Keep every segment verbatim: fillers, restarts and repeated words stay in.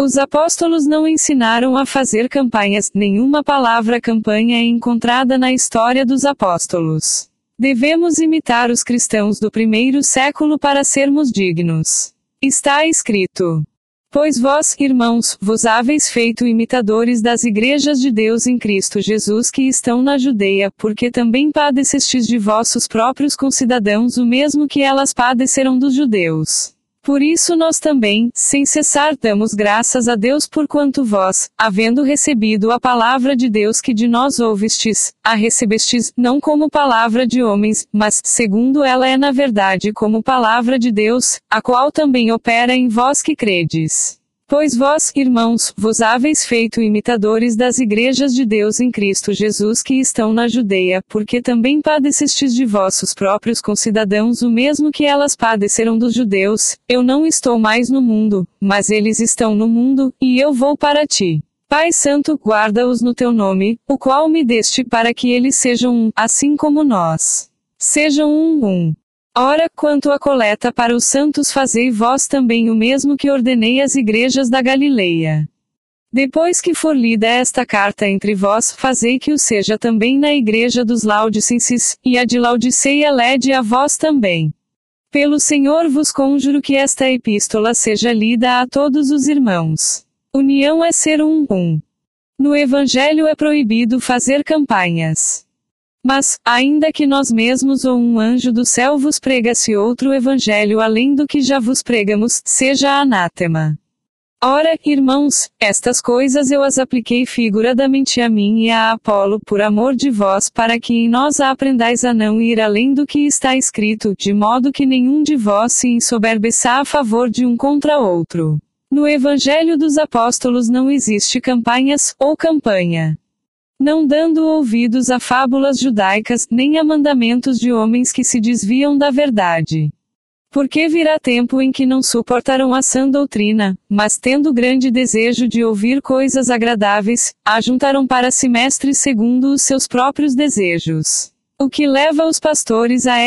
Os apóstolos não ensinaram a fazer campanhas, nenhuma palavra campanha é encontrada na história dos apóstolos. Devemos imitar os cristãos do primeiro século para sermos dignos. Está escrito: pois vós, irmãos, vos haveis feito imitadores das igrejas de Deus em Cristo Jesus que estão na Judeia, porque também padecestes de vossos próprios concidadãos o mesmo que elas padeceram dos judeus. Por isso nós também, sem cessar, damos graças a Deus porquanto vós, havendo recebido a palavra de Deus que de nós ouvistes, a recebestes, não como palavra de homens, mas, segundo ela é na verdade como palavra de Deus, a qual também opera em vós que credes. Pois vós, irmãos, vos haveis feito imitadores das igrejas de Deus em Cristo Jesus que estão na Judeia, porque também padecestes de vossos próprios concidadãos o mesmo que elas padeceram dos judeus. Eu não estou mais no mundo, mas eles estão no mundo, e eu vou para ti. Pai Santo, guarda-os no teu nome, o qual me deste para que eles sejam um, assim como nós. Sejam um, um. Ora, quanto à coleta para os santos, fazei vós também o mesmo que ordenei às igrejas da Galileia. Depois que for lida esta carta entre vós, fazei que o seja também na igreja dos Laodicenses, e a de Laodiceia lede a vós também. Pelo Senhor vos conjuro que esta epístola seja lida a todos os irmãos. União é ser um, um. No Evangelho é proibido fazer campanhas. Mas, ainda que nós mesmos ou um anjo do céu vos pregasse outro evangelho além do que já vos pregamos, seja anátema. Ora, irmãos, estas coisas eu as apliquei figuradamente a mim e a Apolo por amor de vós, para que em nós aprendais a não ir além do que está escrito, de modo que nenhum de vós se ensoberbeça a favor de um contra outro. No Evangelho dos Apóstolos não existe campanhas, ou campanha. Não dando ouvidos a fábulas judaicas, nem a mandamentos de homens que se desviam da verdade. Porque virá tempo em que não suportarão a sã doutrina, mas tendo grande desejo de ouvir coisas agradáveis, ajuntarão para si mestres segundo os seus próprios desejos. O que leva os pastores a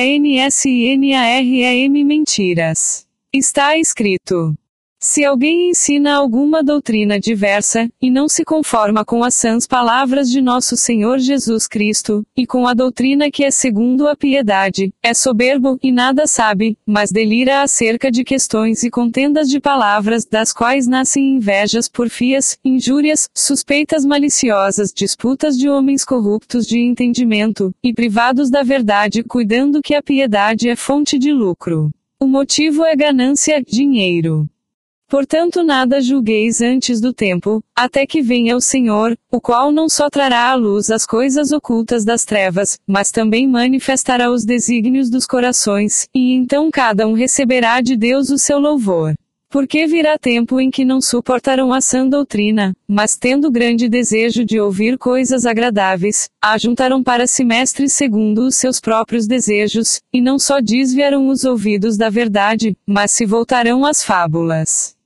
ensinaram mentiras. Está escrito: se alguém ensina alguma doutrina diversa, e não se conforma com as sãs palavras de nosso Senhor Jesus Cristo, e com a doutrina que é segundo a piedade, é soberbo, e nada sabe, mas delira acerca de questões e contendas de palavras, das quais nascem invejas, porfias, injúrias, suspeitas maliciosas, disputas de homens corruptos de entendimento, e privados da verdade, cuidando que a piedade é fonte de lucro. O motivo é ganância, dinheiro. Portanto nada julgueis antes do tempo, até que venha o Senhor, o qual não só trará à luz as coisas ocultas das trevas, mas também manifestará os desígnios dos corações, e então cada um receberá de Deus o seu louvor. Porque virá tempo em que não suportarão a sã doutrina, mas tendo grande desejo de ouvir coisas agradáveis, ajuntarão para si mestres segundo os seus próprios desejos, e não só desviarão os ouvidos da verdade, mas se voltarão às fábulas.